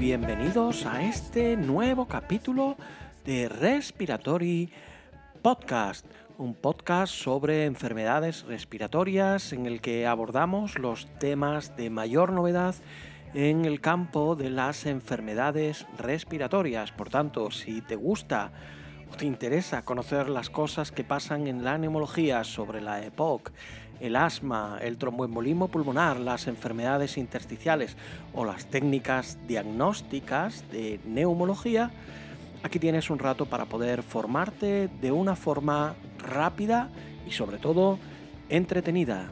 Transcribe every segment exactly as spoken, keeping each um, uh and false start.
bienvenidos a este nuevo capítulo de Respiratory Podcast, un podcast sobre enfermedades respiratorias en el que abordamos los temas de mayor novedad en el campo de las enfermedades respiratorias. Por tanto, si te gusta o te interesa conocer las cosas que pasan en la neumología sobre la E P O C, el asma, el tromboembolismo pulmonar, las enfermedades intersticiales o las técnicas diagnósticas de neumología, aquí tienes un rato para poder formarte de una forma rápida y sobre todo entretenida.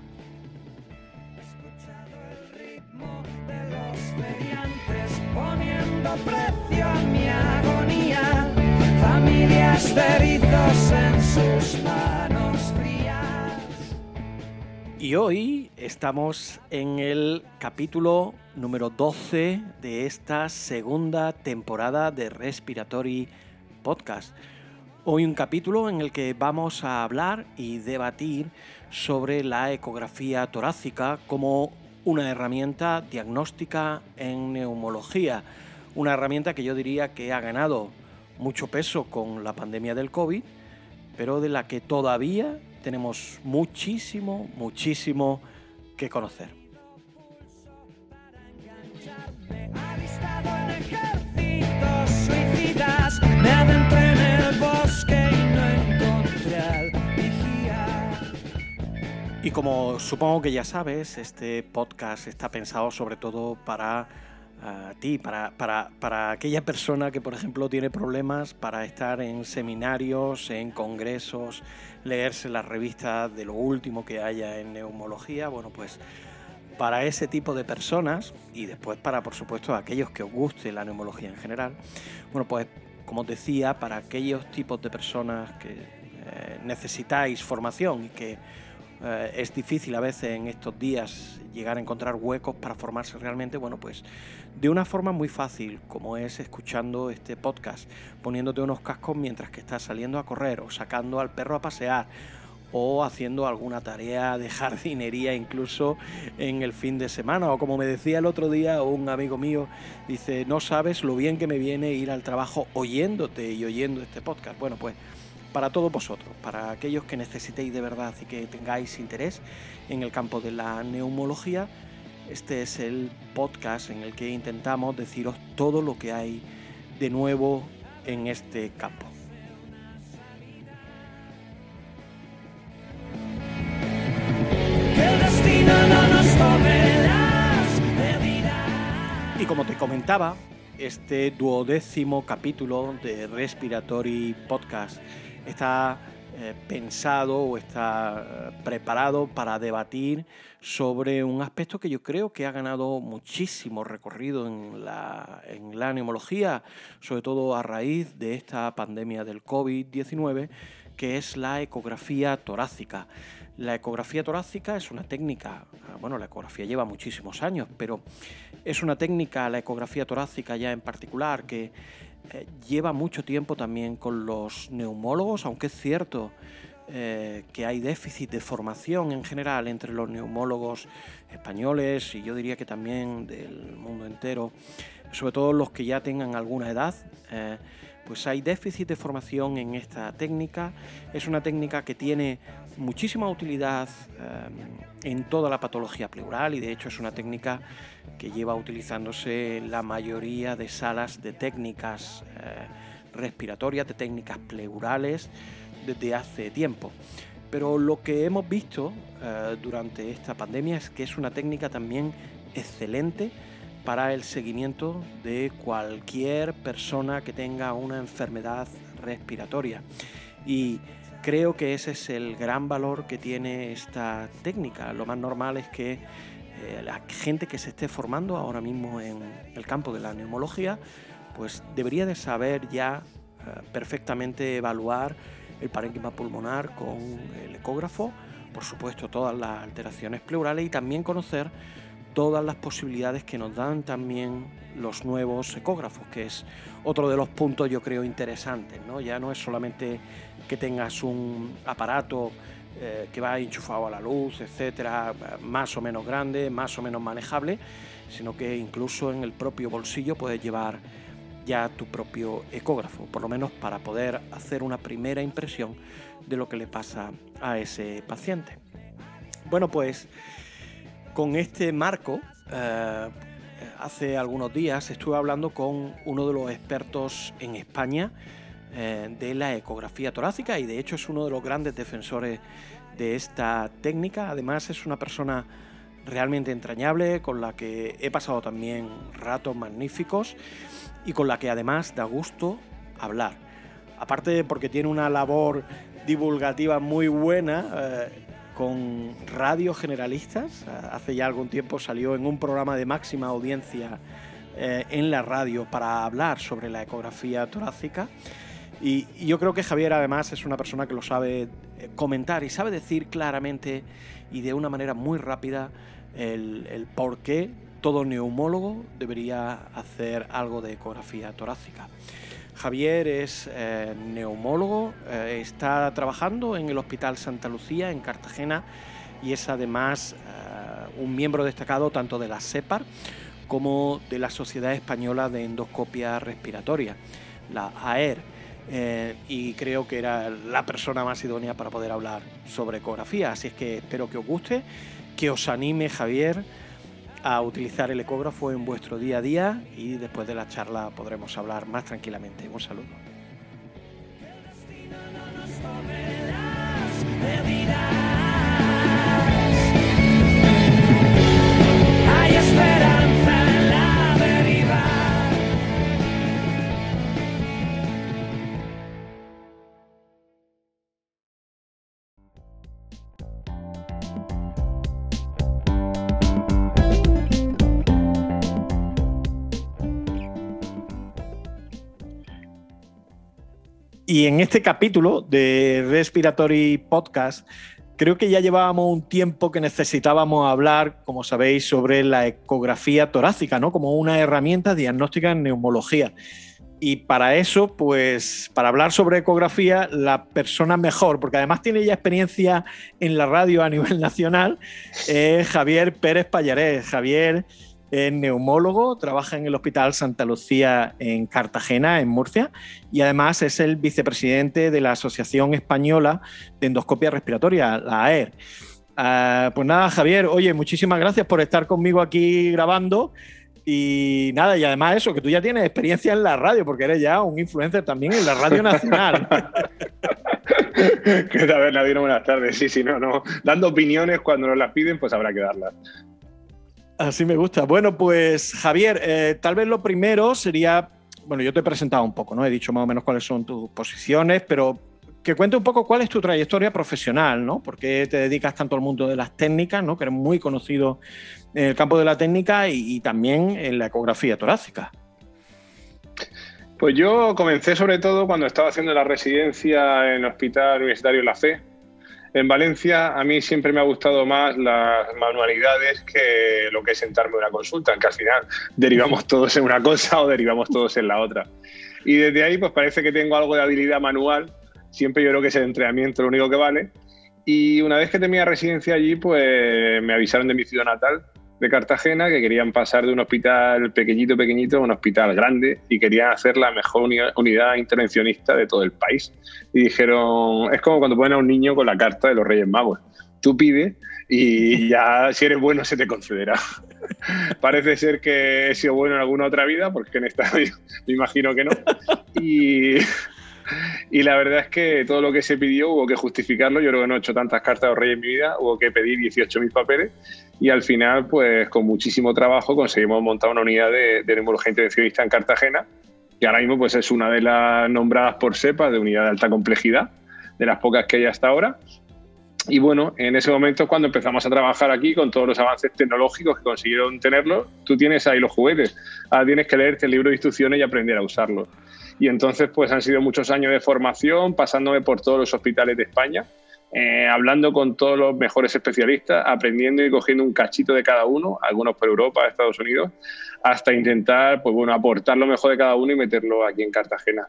Poniendo precio a mi agonía, familias de erizos en sus manos frías. Y hoy estamos en el capítulo número doce de esta segunda temporada de Respiratory Podcast. Hoy un capítulo en el que vamos a hablar y debatir sobre la ecografía torácica como una herramienta diagnóstica en neumología. Una herramienta que yo diría que ha ganado mucho peso con la pandemia del COVID, pero de la que todavía tenemos muchísimo, muchísimo que conocer. Alistado en ejércitos suicidas, me adentré en el bosque y no encontré al vigía. Y como supongo que ya sabes, este podcast está pensado sobre todo para a ti, para, para, para aquella persona que, por ejemplo, tiene problemas para estar en seminarios, en congresos, leerse las revistas de lo último que haya en neumología. Bueno, pues para ese tipo de personas y después para, por supuesto, aquellos que os guste la neumología en general, bueno, pues como os decía, para aquellos tipos de personas que eh, necesitáis formación y que Eh, es difícil a veces en estos días llegar a encontrar huecos para formarse realmente, bueno, pues de una forma muy fácil, como es escuchando este podcast, poniéndote unos cascos mientras que estás saliendo a correr o sacando al perro a pasear o haciendo alguna tarea de jardinería incluso en el fin de semana, o como me decía el otro día un amigo mío, dice, no sabes lo bien que me viene ir al trabajo oyéndote y oyendo este podcast. Bueno, pues para todos vosotros, para aquellos que necesitéis de verdad y que tengáis interés en el campo de la neumología, este es el podcast en el que intentamos deciros todo lo que hay de nuevo en este campo. Que el destino no nos tome las medidas. Y como te comentaba, este duodécimo capítulo de Respiratory Podcast está eh, pensado o está eh, preparado para debatir sobre un aspecto que yo creo que ha ganado muchísimo recorrido en la, en la neumología, sobre todo a raíz de esta pandemia del COVID diecinueve, que es la ecografía torácica. La ecografía torácica es una técnica, bueno, la ecografía lleva muchísimos años, pero es una técnica, la ecografía torácica ya en particular, que eh, lleva mucho tiempo también con los neumólogos, aunque es cierto eh, que hay déficit de formación en general entre los neumólogos españoles y yo diría que también del mundo entero, sobre todo los que ya tengan alguna edad. Eh, pues hay déficit de formación en esta técnica. Es una técnica que tiene muchísima utilidad eh, en toda la patología pleural y de hecho es una técnica que lleva utilizándose en la mayoría de salas de técnicas eh, respiratorias, de técnicas pleurales desde hace tiempo. Pero lo que hemos visto eh, durante esta pandemia es que es una técnica también excelente para el seguimiento de cualquier persona que tenga una enfermedad respiratoria. Y creo que ese es el gran valor que tiene esta técnica. Lo más normal es que eh, la gente que se esté formando ahora mismo en el campo de la neumología, pues debería de saber ya eh, perfectamente evaluar el parénquima pulmonar con el ecógrafo, por supuesto todas las alteraciones pleurales y también conocer todas las posibilidades que nos dan también los nuevos ecógrafos, que es otro de los puntos yo creo interesantes, ¿no? Ya no es solamente que tengas un aparato eh, que va enchufado a la luz, etcétera, más o menos grande, más o menos manejable, sino que incluso en el propio bolsillo puedes llevar ya tu propio ecógrafo, por lo menos para poder hacer una primera impresión de lo que le pasa a ese paciente. Bueno, pues con este marco, eh, hace algunos días estuve hablando con uno de los expertos en España eh, de la ecografía torácica, y de hecho es uno de los grandes defensores de esta técnica. Además es una persona realmente entrañable, con la que he pasado también ratos magníficos y con la que además da gusto hablar. Aparte porque tiene una labor divulgativa muy buena, eh, con radios generalistas. Hace ya algún tiempo salió en un programa de máxima audiencia eh, en la radio para hablar sobre la ecografía torácica. Y, y yo creo que Javier además es una persona que lo sabe comentar y sabe decir claramente y de una manera muy rápida el, el por qué todo neumólogo debería hacer algo de ecografía torácica. Javier es eh, neumólogo, eh, está trabajando en el Hospital Santa Lucía en Cartagena y es además eh, un miembro destacado tanto de la SEPAR como de la Sociedad Española de Endoscopia Respiratoria, la A E R, eh, y creo que era la persona más idónea para poder hablar sobre ecografía. Así es que espero que os guste, que os anime, Javier, a utilizar el ecógrafo en vuestro día a día, y después de la charla podremos hablar más tranquilamente. Un saludo. Hay esperanza en la deriva. Y en este capítulo de Respiratory Podcast, creo que ya llevábamos un tiempo que necesitábamos hablar, como sabéis, sobre la ecografía torácica, ¿no? Como una herramienta diagnóstica en neumología. Y para eso, pues, para hablar sobre ecografía, la persona mejor, porque además tiene ya experiencia en la radio a nivel nacional, es Javier Pérez Pallarés. Javier es neumólogo, trabaja en el Hospital Santa Lucía en Cartagena, en Murcia, y además es el vicepresidente de la Asociación Española de Endoscopia Respiratoria, la A E R. Uh, pues nada, Javier, oye, muchísimas gracias por estar conmigo aquí grabando. Y nada, y además eso, que tú ya tienes experiencia en la radio, porque eres ya un influencer también en la radio nacional. ¿Qué tal, Bernardino? Buenas tardes. Sí, sí, no, no. Dando opiniones cuando nos las piden, pues habrá que darlas. Así me gusta. Bueno, pues Javier, eh, tal vez lo primero sería, bueno, yo te he presentado un poco, ¿no? He dicho más o menos cuáles son tus posiciones, pero que cuente un poco cuál es tu trayectoria profesional, ¿no? ¿Por qué te dedicas tanto al mundo de las técnicas, ¿no? Que eres muy conocido en el campo de la técnica y, y también en la ecografía torácica. Pues yo comencé sobre todo cuando estaba haciendo la residencia en el Hospital Universitario La Fe, en Valencia. A mí siempre me ha gustado más las manualidades que lo que es sentarme en una consulta, en que al final derivamos todos en una cosa o derivamos todos en la otra. Y desde ahí pues parece que tengo algo de habilidad manual. Siempre yo creo que es el entrenamiento lo único que vale. Y una vez que terminé la residencia allí, pues me avisaron de mi ciudad natal, de Cartagena, que querían pasar de un hospital pequeñito, pequeñito a un hospital grande y querían hacer la mejor unidad, unidad intervencionista de todo el país. Y dijeron, es como cuando ponen a un niño con la carta de los Reyes Magos. Tú pides y ya si eres bueno se te concederá. Parece ser que he sido bueno en alguna otra vida, porque en esta me imagino que no. Y... Y la verdad es que todo lo que se pidió hubo que justificarlo. Yo creo que no he hecho tantas cartas de los Reyes en mi vida. Hubo que pedir dieciocho mil papeles y al final, pues con muchísimo trabajo, conseguimos montar una unidad de, de neumología intervencionista en Cartagena, que ahora mismo pues, es una de las nombradas por SEPA de unidad de alta complejidad, de las pocas que hay hasta ahora. Y bueno, en ese momento es cuando empezamos a trabajar aquí con todos los avances tecnológicos que consiguieron tenerlo. Tú tienes ahí los juguetes, ahora tienes que leerte el libro de instrucciones y aprender a usarlos. Y entonces pues han sido muchos años de formación, pasándome por todos los hospitales de España, eh, hablando con todos los mejores especialistas, aprendiendo y cogiendo un cachito de cada uno, algunos por Europa, Estados Unidos, hasta intentar pues bueno, aportar lo mejor de cada uno y meterlo aquí en Cartagena.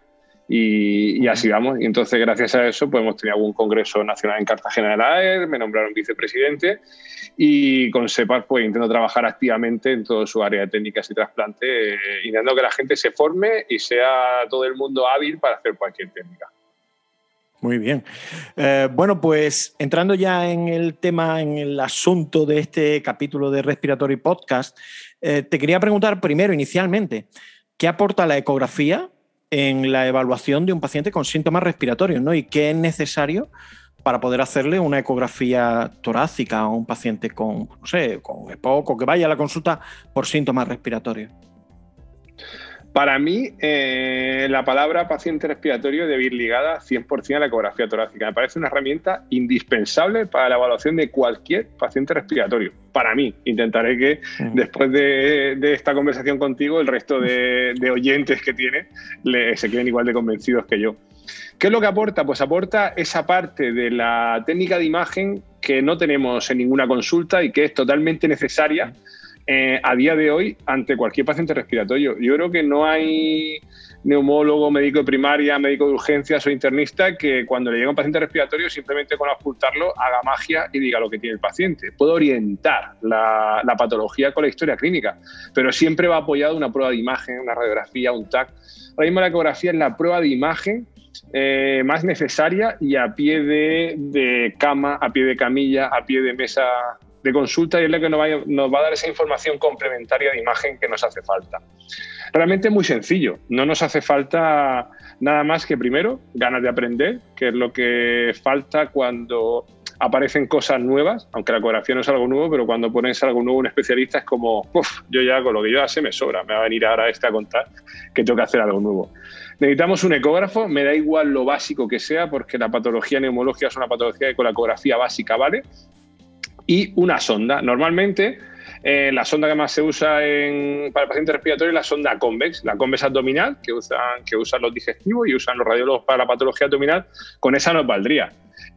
Y, y así vamos. Y entonces, gracias a eso, pues hemos tenido algún congreso nacional en Cartagena de la A E R, me nombraron vicepresidente y con SEPAS pues intento trabajar activamente en todo su área de técnicas y trasplante, eh, intentando que la gente se forme y sea todo el mundo hábil para hacer cualquier técnica. Muy bien. Eh, bueno, pues entrando ya en el tema, en el asunto de este capítulo de Respiratory Podcast, eh, te quería preguntar primero, inicialmente, ¿qué aporta la ecografía en la evaluación de un paciente con síntomas respiratorios, ¿no? Y qué es necesario para poder hacerle una ecografía torácica a un paciente con, no sé, con EPOC o que vaya a la consulta por síntomas respiratorios? Para mí, eh, la palabra paciente respiratorio debe ir ligada cien por ciento a la ecografía torácica. Me parece una herramienta indispensable para la evaluación de cualquier paciente respiratorio. Para mí, intentaré que mm. después de, de esta conversación contigo, el resto de, de oyentes que tiene le, se queden igual de convencidos que yo. ¿Qué es lo que aporta? Pues aporta esa parte de la técnica de imagen que no tenemos en ninguna consulta y que es totalmente necesaria Eh, a día de hoy ante cualquier paciente respiratorio. Yo creo que no hay neumólogo, médico de primaria, médico de urgencias o internista que cuando le llega un paciente respiratorio simplemente con auscultarlo haga magia y diga lo que tiene el paciente. Puede orientar la, la patología con la historia clínica, pero siempre va apoyado una prueba de imagen, una radiografía, un T A C. Ahora mismo la ecografía es la prueba de imagen eh, más necesaria y a pie de, de cama, a pie de camilla, a pie de mesa de consulta, y es la que nos va, nos va a dar esa información complementaria de imagen que nos hace falta. Realmente es muy sencillo, no nos hace falta nada más que primero ganas de aprender, que es lo que falta cuando aparecen cosas nuevas, aunque la ecografía no es algo nuevo, pero cuando pones algo nuevo un especialista es como, uff, yo ya con lo que yo ya sé me sobra, me va a venir ahora este a contar que tengo que hacer algo nuevo. Necesitamos un ecógrafo, me da igual lo básico que sea, porque la patología neumológica es una patología que con la ecografía básica vale, y una sonda. Normalmente, eh, la sonda que más se usa en, para el paciente respiratorio es la sonda convex, la convex abdominal, que usan, que usan los digestivos y usan los radiólogos para la patología abdominal. Con esa nos valdría.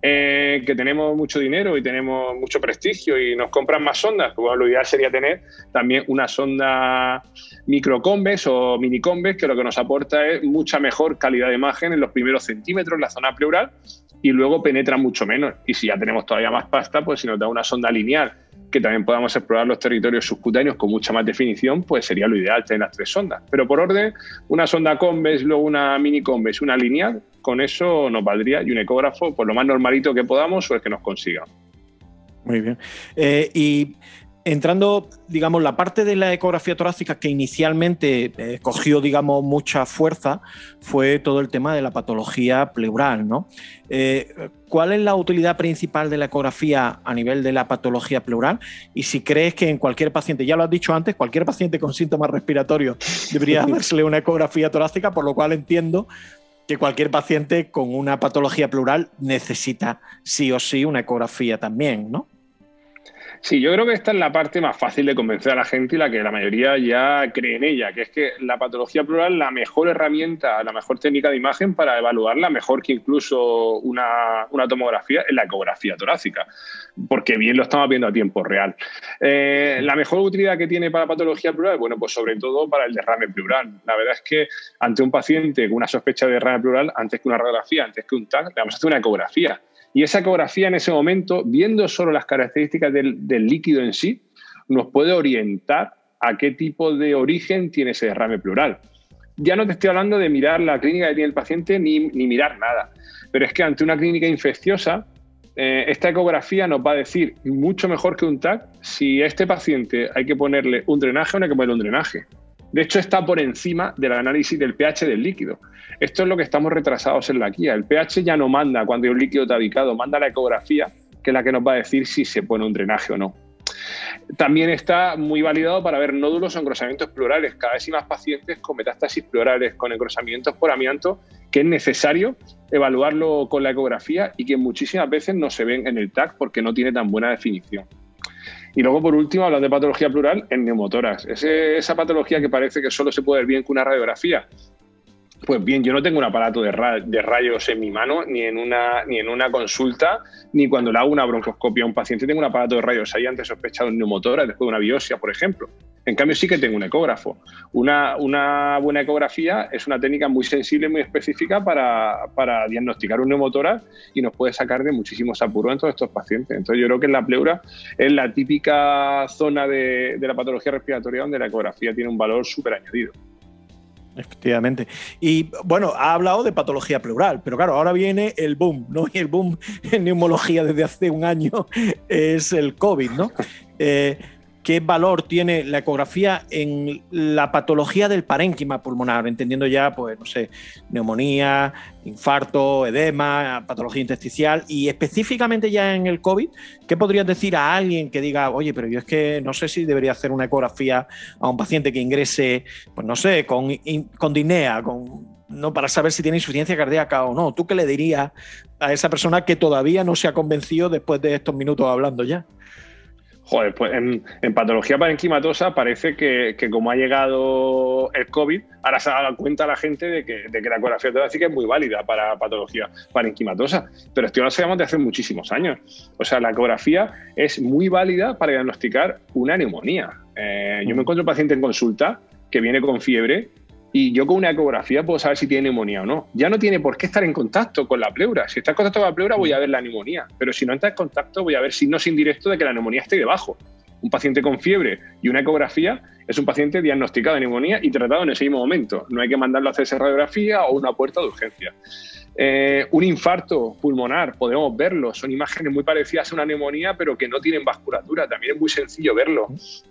Eh, que tenemos mucho dinero y tenemos mucho prestigio y nos compran más sondas, pues bueno, lo ideal sería tener también una sonda microconvex o miniconvex, que lo que nos aporta es mucha mejor calidad de imagen en los primeros centímetros, en la zona pleural, y luego penetra mucho menos. Y si ya tenemos todavía más pasta, pues si nos da una sonda lineal que también podamos explorar los territorios subcutáneos con mucha más definición, pues sería lo ideal tener las tres sondas. Pero por orden, una sonda convex, luego una mini convex, una lineal, con eso nos valdría, y un ecógrafo, pues lo más normalito que podamos o el que nos consiga. Muy bien. Eh, y entrando, digamos, la parte de la ecografía torácica que inicialmente eh, cogió, digamos, mucha fuerza fue todo el tema de la patología pleural, ¿no? Eh, ¿Cuál es la utilidad principal de la ecografía a nivel de la patología pleural? Y si crees que en cualquier paciente, ya lo has dicho antes, cualquier paciente con síntomas respiratorios debería hacerse una ecografía torácica, por lo cual entiendo que cualquier paciente con una patología pleural necesita sí o sí una ecografía también, ¿no? Sí, yo creo que esta es la parte más fácil de convencer a la gente y la que la mayoría ya cree en ella, que es que la patología pleural es la mejor herramienta, la mejor técnica de imagen para evaluarla, mejor que incluso una, una tomografía, es la ecografía torácica, porque bien lo estamos viendo a tiempo real. Eh, la mejor utilidad que tiene para la patología pleural, bueno, pues sobre todo para el derrame pleural. La verdad es que ante un paciente con una sospecha de derrame pleural, antes que una radiografía, antes que un T A C, le vamos a hacer una ecografía. Y esa ecografía en ese momento, viendo solo las características del, del líquido en sí, nos puede orientar a qué tipo de origen tiene ese derrame pleural. Ya no te estoy hablando de mirar la clínica que tiene el paciente ni, ni mirar nada, pero es que ante una clínica infecciosa, eh, esta ecografía nos va a decir mucho mejor que un T A C si a este paciente hay que ponerle un drenaje o no hay que ponerle un drenaje. De hecho, está por encima del análisis del pH del líquido. Esto es lo que estamos retrasados en la guía. El pH ya no manda cuando hay un líquido tabicado, manda la ecografía, que es la que nos va a decir si se pone un drenaje o no. También está muy validado para ver nódulos o engrosamientos pleurales. Cada vez hay más pacientes con metástasis pleurales, con engrosamientos por amianto, que es necesario evaluarlo con la ecografía y que muchísimas veces no se ven en el T A C porque no tiene tan buena definición. Y luego, por último, hablando de patología pleural, en neumotórax. Ese, esa patología que parece que solo se puede ver bien con una radiografía. Pues bien, yo no tengo un aparato de, ra de rayos en mi mano, ni en, una, ni en una consulta, ni cuando le hago una broncoscopia a un paciente tengo un aparato de rayos ahí antes sospechado en neumotórax, después de una biopsia, por ejemplo. En cambio, sí que tengo un ecógrafo. Una, una buena ecografía es una técnica muy sensible, muy específica para, para diagnosticar un neumotórax y nos puede sacar de muchísimos apuros en todos estos pacientes. Entonces, yo creo que la pleura es la típica zona de, de la patología respiratoria donde la ecografía tiene un valor súper añadido. Efectivamente. Y bueno, ha hablado de patología pleural, pero claro, ahora viene el boom, ¿no? Y el boom en neumología desde hace un año es el COVID, ¿no? Eh, ¿Qué valor tiene la ecografía en la patología del parénquima pulmonar? Entendiendo ya, pues, no sé, neumonía, infarto, edema, patología intersticial y específicamente ya en el COVID, ¿qué podrías decir a alguien que diga, oye, pero yo es que no sé si debería hacer una ecografía a un paciente que ingrese, pues no sé, con, con disnea, con, no, para saber si tiene insuficiencia cardíaca o no? ¿Tú qué le dirías a esa persona que todavía no se ha convencido después de estos minutos hablando ya? Joder, pues en, en patología parenquimatosa parece que, que como ha llegado el COVID, ahora se ha dado cuenta la gente de que, de que la ecografía torácica es muy válida para patología parenquimatosa. Pero esto lo sabemos de hace muchísimos años. O sea, la ecografía es muy válida para diagnosticar una neumonía. Eh, yo me encuentro un paciente en consulta que viene con fiebre y yo con una ecografía puedo saber si tiene neumonía o no. Ya no tiene por qué estar en contacto con la pleura. Si está en contacto con la pleura, voy a ver la neumonía. Pero si no está en contacto, voy a ver signos indirectos de que la neumonía esté debajo. Un paciente con fiebre y una ecografía es un paciente diagnosticado de neumonía y tratado en ese mismo momento. No hay que mandarlo a hacerse radiografía o una puerta de urgencia. Eh, un infarto pulmonar, podemos verlo. Son imágenes muy parecidas a una neumonía, pero que no tienen vasculatura. También es muy sencillo verlo.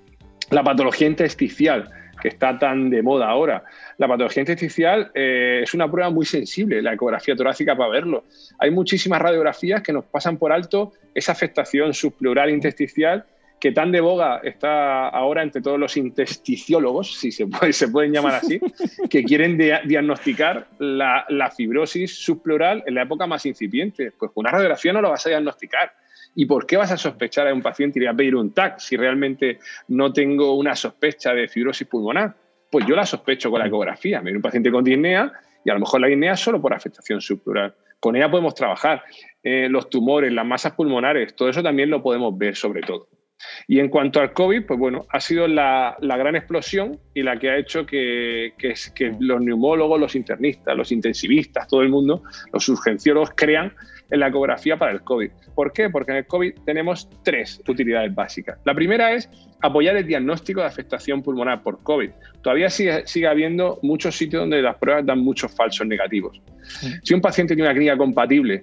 La patología intersticial, que está tan de moda ahora. La patología intersticial eh, es una prueba muy sensible, la ecografía torácica, para verlo. Hay muchísimas radiografías que nos pasan por alto esa afectación subpleural intersticial que tan de boga está ahora entre todos los intersticiólogos, si se, puede, se pueden llamar así, que quieren dia- diagnosticar la, la fibrosis subpleural en la época más incipiente. Pues con una radiografía no lo vas a diagnosticar. ¿Y por qué vas a sospechar a un paciente y le vas a pedir un T A C si realmente no tengo una sospecha de fibrosis pulmonar? Pues yo la sospecho con la ecografía. Me viene un paciente con disnea y a lo mejor la disnea es solo por afectación subpleural. Con ella podemos trabajar. Eh, los tumores, las masas pulmonares, todo eso también lo podemos ver sobre todo. Y en cuanto al COVID, pues bueno, ha sido la, la gran explosión y la que ha hecho que, que, que los neumólogos, los internistas, los intensivistas, todo el mundo, los urgenciólogos crean en la ecografía para el COVID. ¿Por qué? Porque en el COVID tenemos tres utilidades básicas. La primera es apoyar el diagnóstico de afectación pulmonar por COVID. Todavía sigue, sigue habiendo muchos sitios donde las pruebas dan muchos falsos negativos. Sí. Si un paciente tiene una clínica compatible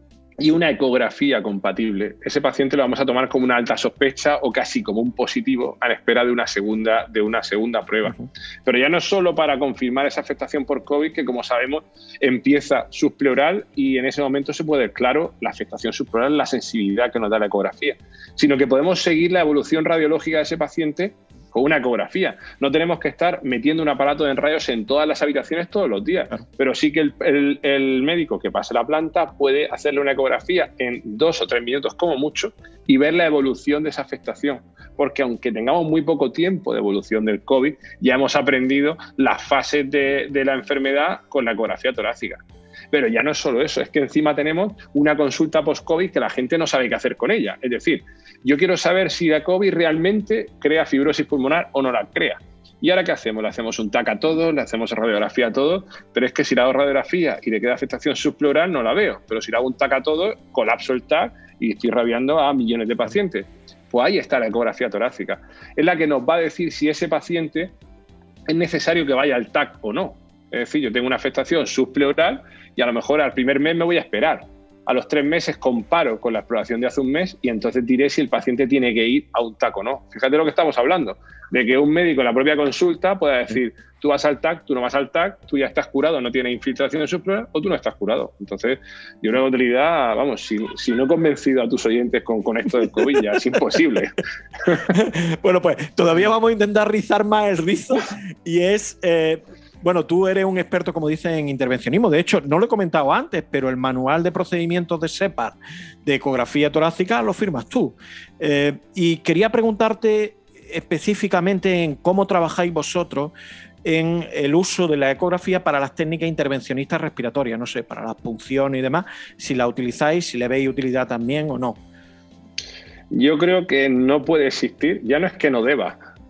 y una ecografía compatible, ese paciente lo vamos a tomar como una alta sospecha o casi como un positivo a la espera de una segunda, de una segunda prueba. Uh-huh. Pero ya no es solo para confirmar esa afectación por COVID, que como sabemos empieza subpleural y en ese momento se puede ver claro la afectación subpleural, la sensibilidad que nos da la ecografía, sino que podemos seguir la evolución radiológica de ese paciente con una ecografía. No tenemos que estar metiendo un aparato de rayos en todas las habitaciones todos los días, claro. Pero sí que el, el, el médico que pase la planta puede hacerle una ecografía en dos o tres minutos como mucho y ver la evolución de esa afectación, porque aunque tengamos muy poco tiempo de evolución del COVID, ya hemos aprendido las fases de, de la enfermedad con la ecografía torácica. Pero ya no es solo eso, es que encima tenemos una consulta post-COVID que la gente no sabe qué hacer con ella. Es decir, yo quiero saber si la COVID realmente crea fibrosis pulmonar o no la crea. ¿Y ahora qué hacemos? Le hacemos un T A C a todos, le hacemos radiografía a todos, pero es que si le hago radiografía y le queda afectación subpleural no la veo. Pero si le hago un T A C a todos, colapso el T A C y estoy irradiando a millones de pacientes. Pues ahí está la ecografía torácica. Es la que nos va a decir si ese paciente es necesario que vaya al T A C o no. Es decir, yo tengo una afectación subpleural y a lo mejor al primer mes me voy a esperar. A los tres meses comparo con la exploración de hace un mes y entonces diré si el paciente tiene que ir a un T A C o no. Fíjate lo que estamos hablando, de que un médico en la propia consulta pueda decir, tú vas al T A C, tú no vas al T A C, tú ya estás curado, no tienes infiltración de subpleural o tú no estás curado. Entonces, yo creo que en utilidad, vamos, si, si no he convencido a tus oyentes con, con esto del COVID, ya es imposible. Bueno, pues todavía vamos a intentar rizar más el rizo y es... Eh, Bueno, tú eres un experto, como dicen, en intervencionismo. De hecho, no lo he comentado antes, pero el manual de procedimientos de SEPAR de ecografía torácica lo firmas tú. Eh, y quería preguntarte específicamente en cómo trabajáis vosotros en el uso de la ecografía para las técnicas intervencionistas respiratorias, no sé, para las punciones y demás, si la utilizáis, si le veis utilidad también o no. Yo creo que no puede existir, ya no es que no deba,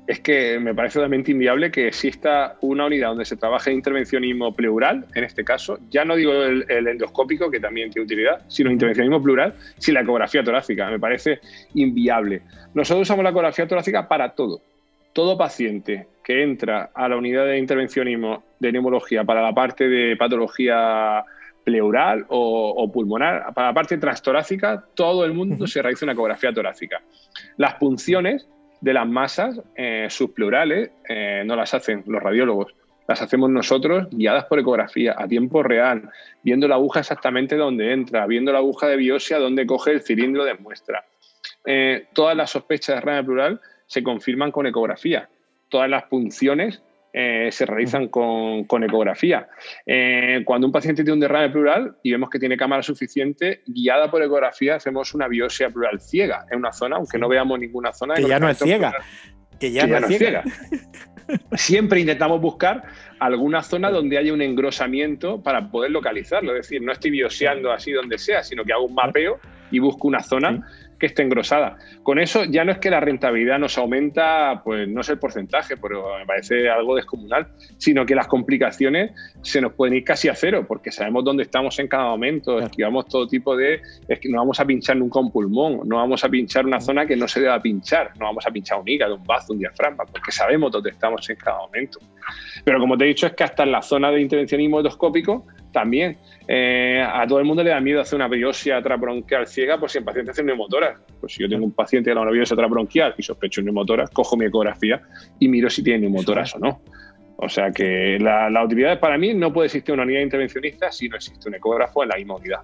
es que me parece totalmente inviable que exista una unidad donde se trabaje intervencionismo pleural, en este caso, ya no digo el, el endoscópico, que también tiene utilidad, sino intervencionismo pleural sin la ecografía torácica. Me parece inviable. Nosotros usamos la ecografía torácica para todo. Todo paciente que entra a la unidad de intervencionismo de neumología para la parte de patología pleural o, o pulmonar, para la parte transtorácica, todo el mundo uh-huh. se realiza una ecografía torácica. Las punciones de las masas eh, subpleurales eh, no las hacen los radiólogos, las hacemos nosotros guiadas por ecografía a tiempo real, viendo la aguja exactamente donde entra, viendo la aguja de biopsia donde coge el cilindro de muestra. Eh, todas las sospechas de derrame pleural se confirman con ecografía, todas las punciones eh, se realizan con, con ecografía. Eh, cuando un paciente tiene un derrame pleural y vemos que tiene cámara suficiente, guiada por ecografía hacemos una biopsia pleural ciega en una zona, aunque no veamos ninguna zona. Que ya no es ciega. Que ya, que ya no es ciega. Siempre intentamos buscar alguna zona donde haya un engrosamiento para poder localizarlo. Es decir, no estoy biopsiando así donde sea, sino que hago un mapeo y busco una zona sí. que esté engrosada. Con eso ya no es que la rentabilidad nos aumenta, pues no sé el porcentaje, pero me parece algo descomunal, sino que las complicaciones se nos pueden ir casi a cero, porque sabemos dónde estamos en cada momento, claro. esquivamos todo tipo de... Es que no vamos a pinchar nunca un pulmón, no vamos a pinchar una zona que no se deba pinchar, no vamos a pinchar un hígado, un bazo, un diafragma, porque sabemos dónde estamos en cada momento. Pero como te he dicho, es que hasta en la zona de intervencionismo endoscópico también eh, a todo el mundo le da miedo hacer una biopsia trabronquial ciega por si el paciente hace neumotórax. Pues si yo tengo un paciente que da una biopsia trabronquial y sospecho neumotórax, cojo mi ecografía y miro si tiene neumotórax o no. O sea que la, la utilidad para mí no puede existir una unidad intervencionista si no existe un ecógrafo en la misma unidad.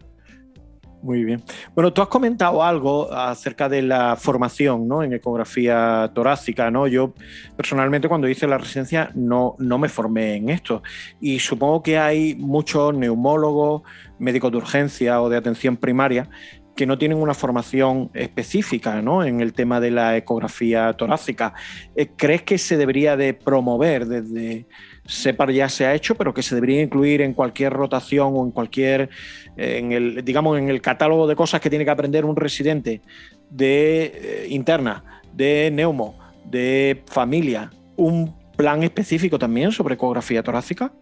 Muy bien. Bueno, tú has comentado algo acerca de la formación, ¿no?, en ecografía torácica, ¿no? Yo personalmente cuando hice la residencia no, no me formé en esto y supongo que hay muchos neumólogos, médicos de urgencia o de atención primaria que no tienen una formación específica, ¿no?, en el tema de la ecografía torácica. ¿Crees que se debería de promover desde SEPAR ya se ha hecho, pero que se debería incluir en cualquier rotación o en cualquier, en el, digamos, en el catálogo de cosas que tiene que aprender un residente de eh, interna, de neumo, de familia, un plan específico también sobre ecografía torácica?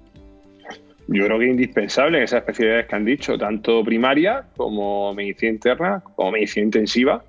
Yo creo que es indispensable en esas especialidades que han dicho, tanto primaria como medicina interna, como medicina intensiva,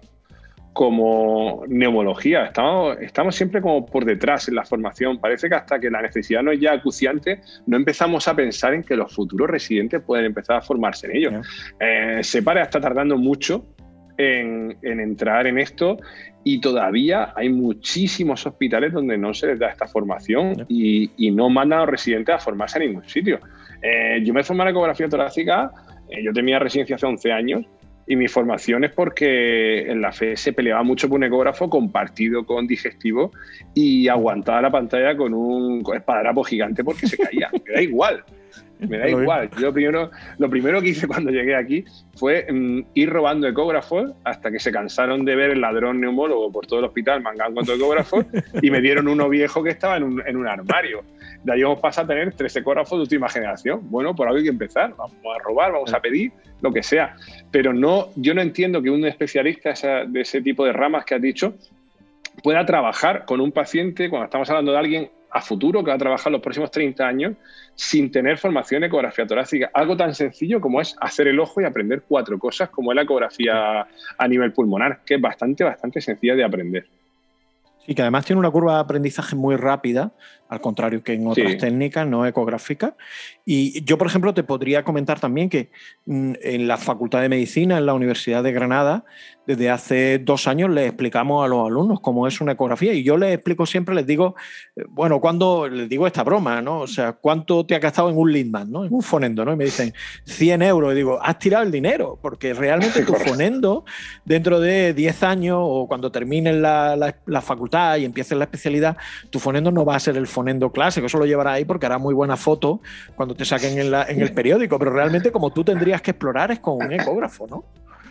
como neumología. Estamos, estamos siempre como por detrás en la formación. Parece que hasta que la necesidad no es ya acuciante, no empezamos a pensar en que los futuros residentes pueden empezar a formarse en ello. Yeah. Eh, SEPAR está tardando mucho en, en entrar en esto y todavía hay muchísimos hospitales donde no se les da esta formación yeah. y, y no mandan a los residentes a formarse en ningún sitio. Eh, yo me formé en ecografía torácica, eh, yo tenía residencia hace once años, y mi formación es porque en la F E se peleaba mucho por un ecógrafo compartido con digestivo y aguantaba la pantalla con un esparadrapo gigante porque se caía. Me da igual, me da igual. Yo lo primero, lo primero que hice cuando llegué aquí fue mm, ir robando ecógrafos hasta que se cansaron de ver el ladrón neumólogo por todo el hospital mangando con ecógrafos y me dieron uno viejo que estaba en un, en un armario. De ahí hemos pasado a tener tres ecógrafos de última generación. Bueno, por algo hay que empezar. Vamos a robar, vamos a pedir, lo que sea. Pero no, yo no entiendo que un especialista esa, de ese tipo de ramas que has dicho pueda trabajar con un paciente, cuando estamos hablando de alguien a futuro que va a trabajar los próximos treinta años, sin tener formación en ecografía torácica. Algo tan sencillo como es hacer el ojo y aprender cuatro cosas, como es la ecografía a nivel pulmonar, que es bastante, bastante sencilla de aprender. Sí, que además tiene una curva de aprendizaje muy rápida, al contrario que en otras sí. técnicas no ecográficas. Y yo, por ejemplo, te podría comentar también que en la Facultad de Medicina, en la Universidad de Granada, desde hace dos años les explicamos a los alumnos cómo es una ecografía y yo les explico siempre, les digo, bueno, cuando les digo esta broma, ¿no? O sea, ¿cuánto te ha gastado en un Lindman, ¿no? En un fonendo, ¿no? Y me dicen cien euros. Y digo, has tirado el dinero, porque realmente tu fonendo, dentro de diez años o cuando termines la, la, la facultad y empieces la especialidad, tu fonendo no va a ser el fonendo clásico, eso lo llevarás ahí porque hará muy buena foto cuando te saquen en, la, en el periódico, pero realmente como tú tendrías que explorar es con un ecógrafo, ¿no?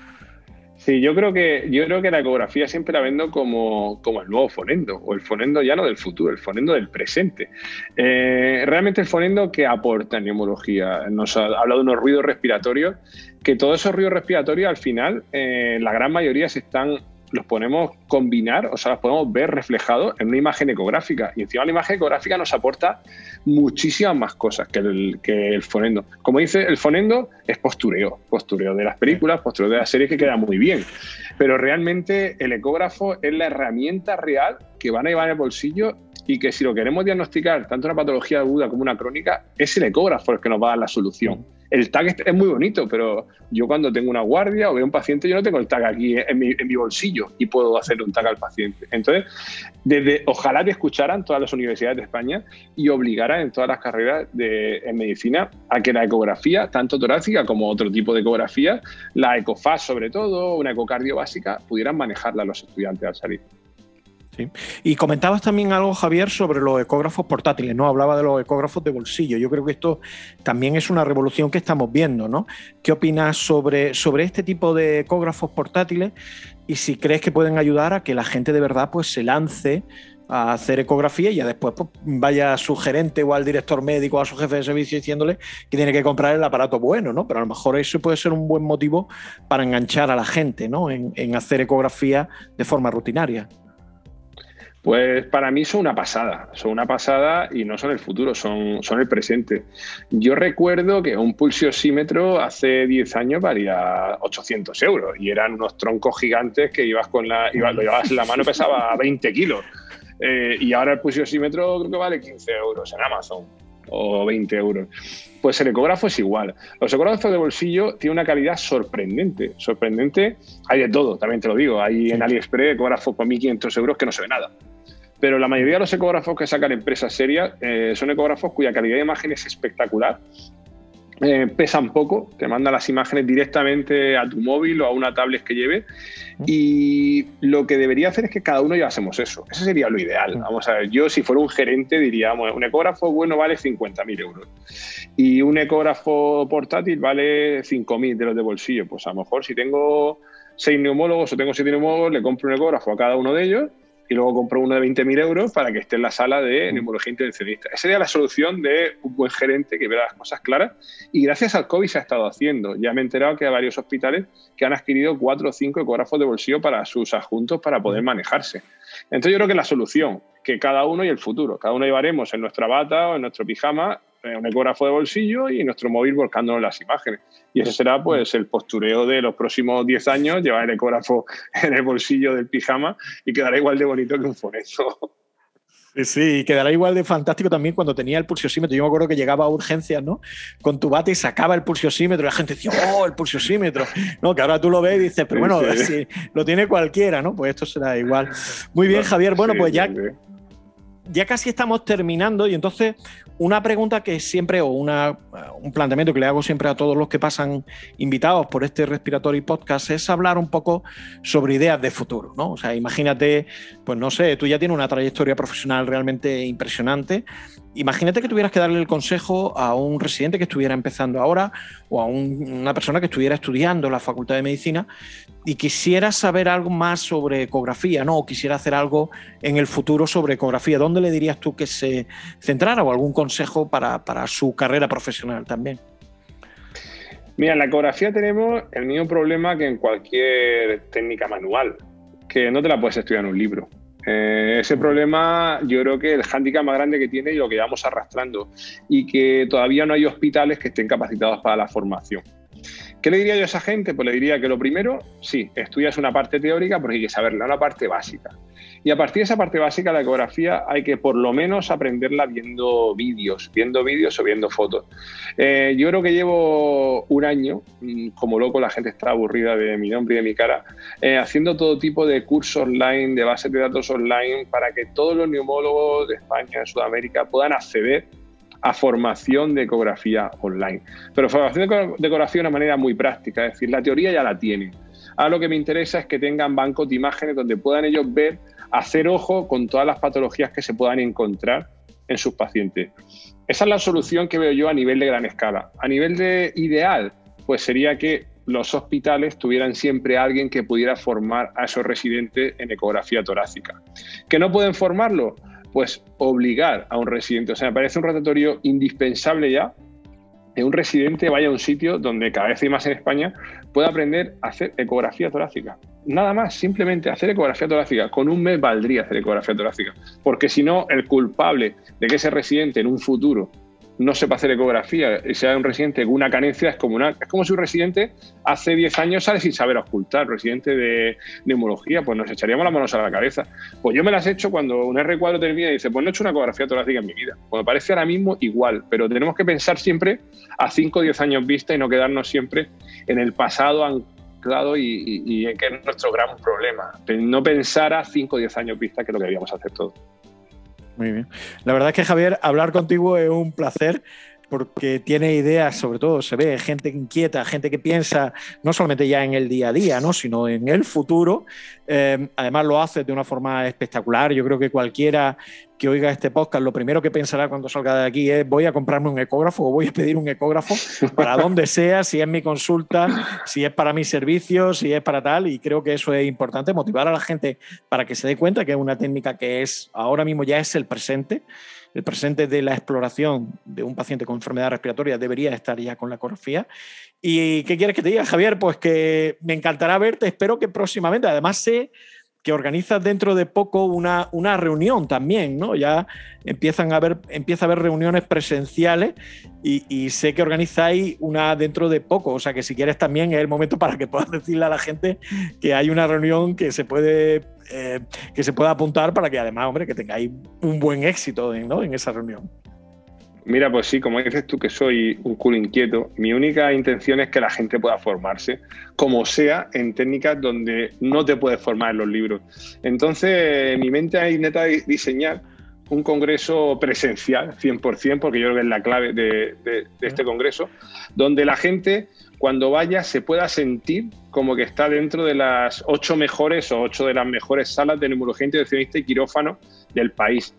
Sí, yo creo que yo creo que la ecografía siempre la vendo como, como el nuevo fonendo, o el fonendo ya no del futuro, el fonendo del presente. Eh, realmente el fonendo que aporta en neumología, nos ha hablado de unos ruidos respiratorios, que todos esos ruidos respiratorios al final, eh, la gran mayoría se están los podemos combinar, o sea, los podemos ver reflejados en una imagen ecográfica. Y encima la imagen ecográfica nos aporta muchísimas más cosas que el, que el fonendo. Como dice, el fonendo es postureo, postureo de las películas, postureo de las series, que queda muy bien. Pero realmente el ecógrafo es la herramienta real que van a llevar en el bolsillo, y que si lo queremos diagnosticar, tanto una patología aguda como una crónica, es el ecógrafo el que nos va a dar la solución. El tag es muy bonito, pero yo cuando tengo una guardia o veo un paciente, yo no tengo el tag aquí en mi, en mi bolsillo y puedo hacerle un tag al paciente. Entonces, desde, ojalá te escucharan todas las universidades de España y obligaran en todas las carreras de, en medicina a que la ecografía, tanto torácica como otro tipo de ecografía, la ecofaz sobre todo, una ecocardio básica, pudieran manejarla los estudiantes al salir. Sí. Y comentabas también algo, Javier, sobre los ecógrafos portátiles, ¿no? Hablaba de los ecógrafos de bolsillo. Yo creo que esto también es una revolución que estamos viendo, ¿no? ¿Qué opinas sobre, sobre este tipo de ecógrafos portátiles y si crees que pueden ayudar a que la gente de verdad pues, se lance a hacer ecografía y ya después pues, vaya a su gerente o al director médico o a su jefe de servicio diciéndole que tiene que comprar el aparato bueno, ¿no? Pero a lo mejor eso puede ser un buen motivo para enganchar a la gente, ¿no? En, en hacer ecografía de forma rutinaria. Pues para mí son una pasada, son una pasada y no son el futuro, son, son el presente. Yo recuerdo que un pulsiosímetro hace diez años valía ochocientos euros y eran unos troncos gigantes que ibas con la, ibas, lo llevabas en la mano, pesaba veinte kilos. Eh, y ahora el pulsiosímetro creo que vale quince euros en Amazon o veinte euros. Pues el ecógrafo es igual. Los ecógrafos de bolsillo tienen una calidad sorprendente. Sorprendente, hay de todo, también te lo digo. Hay sí. En AliExpress ecógrafos por mil quinientos euros que no se ve nada. Pero la mayoría de los ecógrafos que sacan empresas serias eh, son ecógrafos cuya calidad de imagen es espectacular. Eh, pesan poco, te mandan las imágenes directamente a tu móvil o a una tablet que lleves. Y lo que debería hacer es que cada uno llevásemos eso. Eso sería lo ideal. Vamos a ver, yo si fuera un gerente diría, bueno, un ecógrafo bueno vale cincuenta mil euros y un ecógrafo portátil vale cinco mil de los de bolsillo. Pues a lo mejor si tengo seis neumólogos o tengo siete neumólogos, le compro un ecógrafo a cada uno de ellos y luego compro uno de veinte mil euros para que esté en la sala de neumología intervencionista. Esa sería la solución de un buen gerente que vea las cosas claras, y gracias al COVID se ha estado haciendo. Ya me he enterado que hay varios hospitales que han adquirido cuatro o cinco ecógrafos de bolsillo para sus adjuntos para poder manejarse. Entonces yo creo que la solución, que cada uno y el futuro, cada uno llevaremos en nuestra bata o en nuestro pijama un ecógrafo de bolsillo y nuestro móvil volcándonos las imágenes. Y eso será pues el postureo de los próximos diez años, llevar el ecógrafo en el bolsillo del pijama y quedará igual de bonito que un fonendo. Sí, sí, y quedará igual de fantástico también cuando tenía el pulsiosímetro. Yo me acuerdo que llegaba a urgencias, ¿no? Con tu bata y sacaba el pulsiosímetro y la gente decía, ¡oh, el pulsiosímetro! No, que ahora tú lo ves y dices, pero bueno, sí, sí. Si lo tiene cualquiera, ¿no? Pues esto será igual. Muy bien, Javier. Bueno, sí, pues ya... Sí, sí. Ya casi estamos terminando y entonces una pregunta que siempre, o una, un planteamiento que le hago siempre a todos los que pasan invitados por este Respiratory Podcast es hablar un poco sobre ideas de futuro, ¿no? O sea, imagínate, pues no sé, tú ya tienes una trayectoria profesional realmente impresionante. Imagínate que tuvieras que darle el consejo a un residente que estuviera empezando ahora o a un, una persona que estuviera estudiando en la Facultad de Medicina y quisiera saber algo más sobre ecografía, ¿no? O quisiera hacer algo en el futuro sobre ecografía. ¿Dónde le dirías tú que se centrara o algún consejo para, para su carrera profesional también? Mira, en la ecografía tenemos el mismo problema que en cualquier técnica manual, que no te la puedes estudiar en un libro. Eh, ese problema yo creo que el hándicap más grande que tiene y lo que llevamos arrastrando, y que todavía no hay hospitales que estén capacitados para la formación. ¿Qué le diría yo a esa gente? Pues le diría que lo primero, sí, estudias una parte teórica porque hay que saberla, una parte básica. Y a partir de esa parte básica de la ecografía hay que por lo menos aprenderla viendo vídeos, viendo vídeos o viendo fotos. Eh, yo creo que llevo un año, como loco, la gente está aburrida de mi nombre y de mi cara, eh, haciendo todo tipo de cursos online, de bases de datos online, para que todos los neumólogos de España, de Sudamérica, puedan acceder a formación de ecografía online. Pero formación de ecografía de una manera muy práctica, es decir, la teoría ya la tienen. Ahora lo que me interesa es que tengan bancos de imágenes donde puedan ellos ver, hacer ojo con todas las patologías que se puedan encontrar en sus pacientes. Esa es la solución que veo yo a nivel de gran escala. A nivel de ideal, pues sería que los hospitales tuvieran siempre a alguien que pudiera formar a esos residentes en ecografía torácica. ¿Que no pueden formarlo? Pues obligar a un residente. O sea, me parece un rotatorio indispensable ya que un residente vaya a un sitio donde cada vez hay más en España pueda aprender a hacer ecografía torácica. Nada más, simplemente hacer ecografía torácica. Con un mes valdría hacer ecografía torácica. Porque si no, el culpable de que ese residente en un futuro no sepa hacer ecografía y sea un residente con una carencia descomunal. Es como si un residente hace diez años sale sin saber ocultar, residente de neumología, pues nos echaríamos las manos a la cabeza. Pues yo me las he hecho cuando un erre cuatro termina y dice, pues no he hecho una ecografía torácica en mi vida. Pues me parece ahora mismo igual, pero tenemos que pensar siempre a cinco o diez años vista y no quedarnos siempre en el pasado anclado y, y, y que es nuestro gran problema. No pensar a cinco o diez años vista, que es lo que debíamos hacer todos. Muy bien. La verdad es que, Javier, hablar contigo es un placer porque tiene ideas, sobre todo se ve gente inquieta, gente que piensa no solamente ya en el día a día, ¿no?, sino en el futuro. Eh, además lo hace de una forma espectacular. Yo creo que cualquiera que oiga este podcast, lo primero que pensará cuando salga de aquí es voy a comprarme un ecógrafo o voy a pedir un ecógrafo para donde sea, si es mi consulta, si es para mis servicios, si es para tal, y creo que eso es importante, motivar a la gente para que se dé cuenta que es una técnica que es ahora mismo ya es el presente. El presente de la exploración de un paciente con enfermedad respiratoria debería estar ya con la ecografía. ¿Y qué quieres que te diga, Javier? Pues que me encantará verte, espero que próximamente. Además sé que organizas dentro de poco una, una reunión también, ¿no? Ya empiezan a haber, empieza a haber reuniones presenciales y, y sé que organizáis una dentro de poco, o sea que si quieres también es el momento para que puedas decirle a la gente que hay una reunión que se puede, eh, que se pueda apuntar para que además, hombre, que tengáis un buen éxito, ¿no?, en esa reunión. Mira, pues sí, como dices tú que soy un culo inquieto, mi única intención es que la gente pueda formarse, como sea, en técnicas donde no te puedes formar en los libros. Entonces, mi mente ha intentado diseñar un congreso presencial, cien por ciento, porque yo creo que es la clave de, de, de este congreso, donde la gente, cuando vaya, se pueda sentir como que está dentro de las ocho mejores o ocho de las mejores salas de neumología intervencionista y quirófano del país.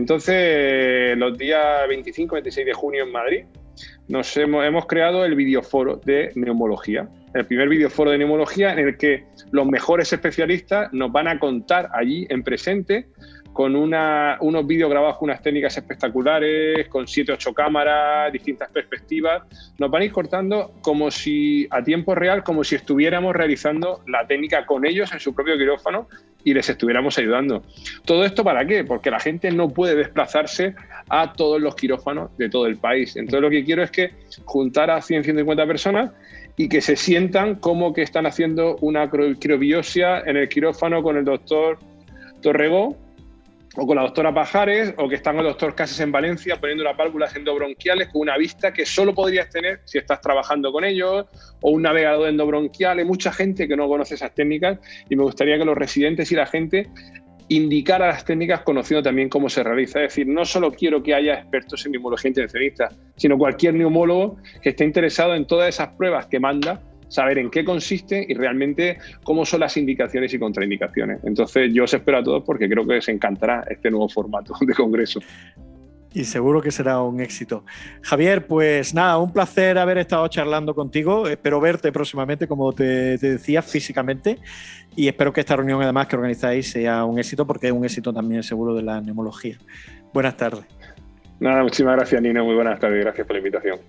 Entonces, los días veinticinco y veintiséis de junio en Madrid, nos hemos, hemos creado el videoforo de neumología. El primer videoforo de neumología en el que los mejores especialistas nos van a contar allí en presente con una, unos vídeos grabados con unas técnicas espectaculares, con siete, ocho cámaras, distintas perspectivas. Nos van a ir cortando como si, a tiempo real, como si estuviéramos realizando la técnica con ellos en su propio quirófano y les estuviéramos ayudando. ¿Todo esto para qué? Porque la gente no puede desplazarse a todos los quirófanos de todo el país. Entonces lo que quiero es que juntar a cien, ciento cincuenta personas y que se sientan como que están haciendo una criobiopsia en el quirófano con el doctor Torregó, o con la doctora Pajares, o que están con el doctor Casas en Valencia poniendo las válvulas endobronquiales con una vista que solo podrías tener si estás trabajando con ellos, o un navegador endobronquial. Hay mucha gente que no conoce esas técnicas y me gustaría que los residentes y la gente indicara las técnicas conociendo también cómo se realiza. Es decir, no solo quiero que haya expertos en neumología intervencionista, sino cualquier neumólogo que esté interesado en todas esas pruebas que manda, saber en qué consiste y realmente cómo son las indicaciones y contraindicaciones. Entonces yo os espero a todos porque creo que os encantará este nuevo formato de congreso. Y seguro que será un éxito. Javier, pues nada, un placer haber estado charlando contigo. Espero verte próximamente, como te, te decía, físicamente. Y espero que esta reunión, además, que organizáis sea un éxito, porque es un éxito también seguro de la neumología. Buenas tardes. Nada, muchísimas gracias, Nino. Muy buenas tardes. Gracias por la invitación.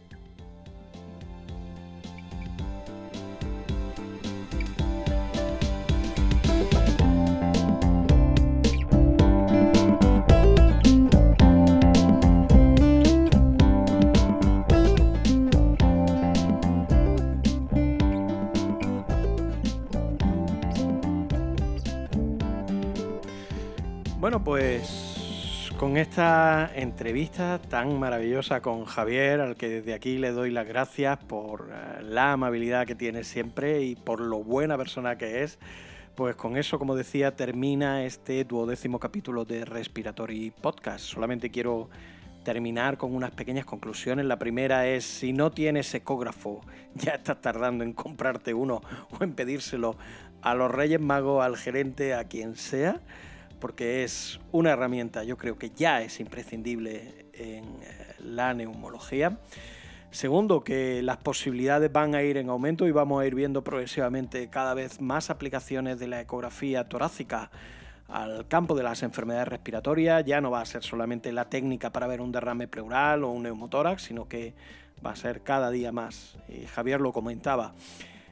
Bueno, pues con esta entrevista tan maravillosa con Javier, al que desde aquí le doy las gracias por la amabilidad que tiene siempre y por lo buena persona que es, pues con eso, como decía, termina este duodécimo capítulo de Respiratory Podcast. Solamente quiero terminar con unas pequeñas conclusiones. La primera es, si no tienes ecógrafo, ya estás tardando en comprarte uno o en pedírselo a los Reyes Magos, al gerente, a quien sea, porque es una herramienta, yo creo que ya es imprescindible en la neumología. Segundo, que las posibilidades van a ir en aumento y vamos a ir viendo progresivamente cada vez más aplicaciones de la ecografía torácica al campo de las enfermedades respiratorias. Ya no va a ser solamente la técnica para ver un derrame pleural o un neumotórax, sino que va a ser cada día más. Y Javier lo comentaba.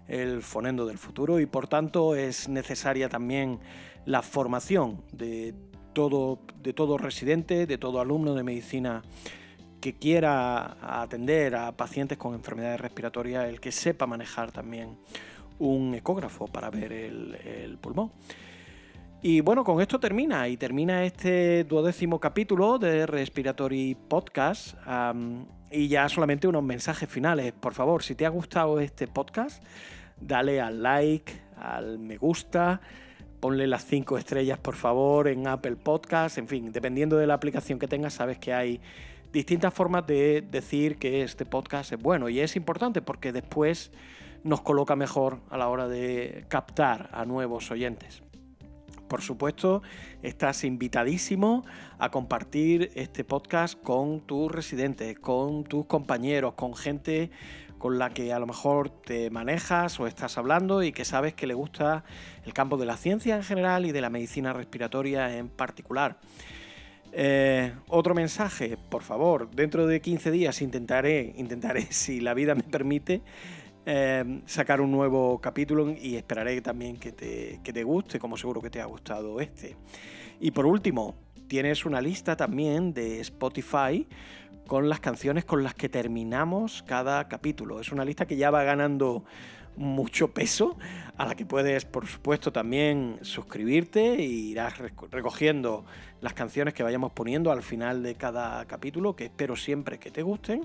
el fonendo del futuro y por tanto es necesaria también la formación de todo, de todo residente, de todo alumno de medicina que quiera atender a pacientes con enfermedades respiratorias, el que sepa manejar también un ecógrafo para ver el, el pulmón. Y bueno, con esto termina, y termina este duodécimo capítulo de Respiratory Podcast. Um, y ya solamente unos mensajes finales. Por favor, si te ha gustado este podcast, dale al like, al me gusta, ponle las cinco estrellas, por favor, en Apple Podcast. En fin, dependiendo de la aplicación que tengas, sabes que hay distintas formas de decir que este podcast es bueno. Y es importante porque después nos coloca mejor a la hora de captar a nuevos oyentes. Por supuesto, estás invitadísimo a compartir este podcast con tus residentes, con tus compañeros, con gente con la que a lo mejor te manejas o estás hablando y que sabes que le gusta el campo de la ciencia en general y de la medicina respiratoria en particular. Eh, otro mensaje, por favor, dentro de quince días intentaré, intentaré, si la vida me permite, Eh, sacar un nuevo capítulo y esperaré también que te, que te guste, como seguro que te ha gustado este. Y por último, tienes una lista también de Spotify con las canciones con las que terminamos cada capítulo. Es una lista que ya va ganando mucho peso, a la que puedes, por supuesto, también suscribirte e irás recogiendo las canciones que vayamos poniendo al final de cada capítulo, que espero siempre que te gusten.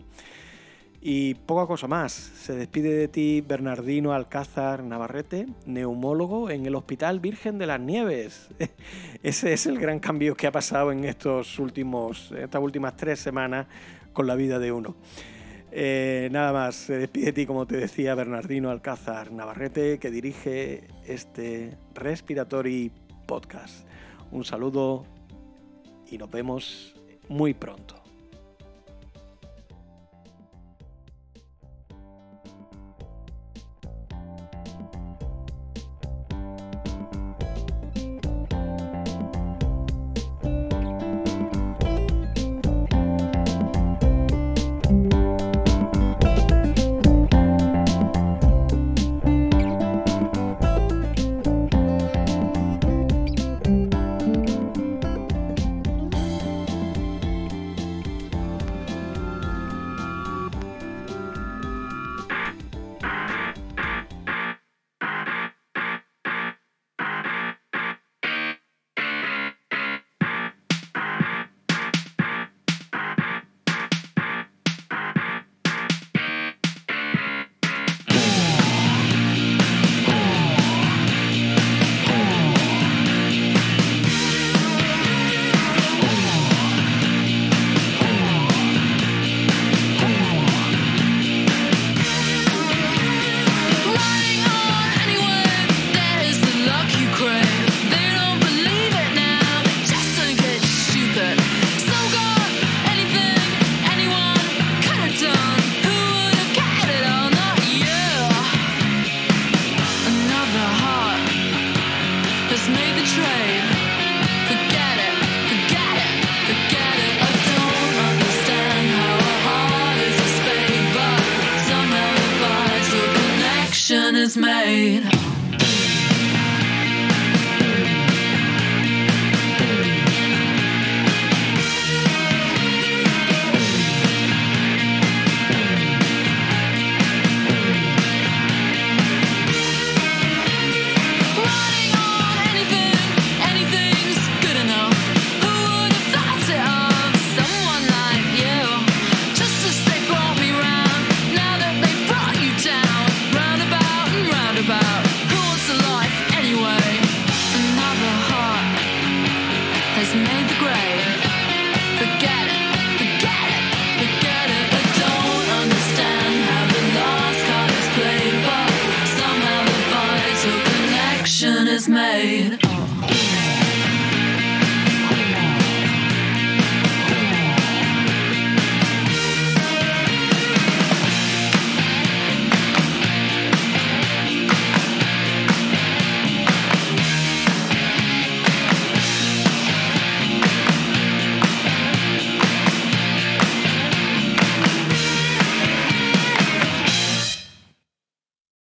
Y poca cosa más. Se despide de ti Bernardino Alcázar Navarrete, neumólogo en el Hospital Virgen de las Nieves. Ese es el gran cambio que ha pasado en estos últimos, estas últimas tres semanas con la vida de uno. Eh, nada más, se despide de ti, como te decía, Bernardino Alcázar Navarrete, que dirige este Respiratory Podcast. Un saludo y nos vemos muy pronto. Is made.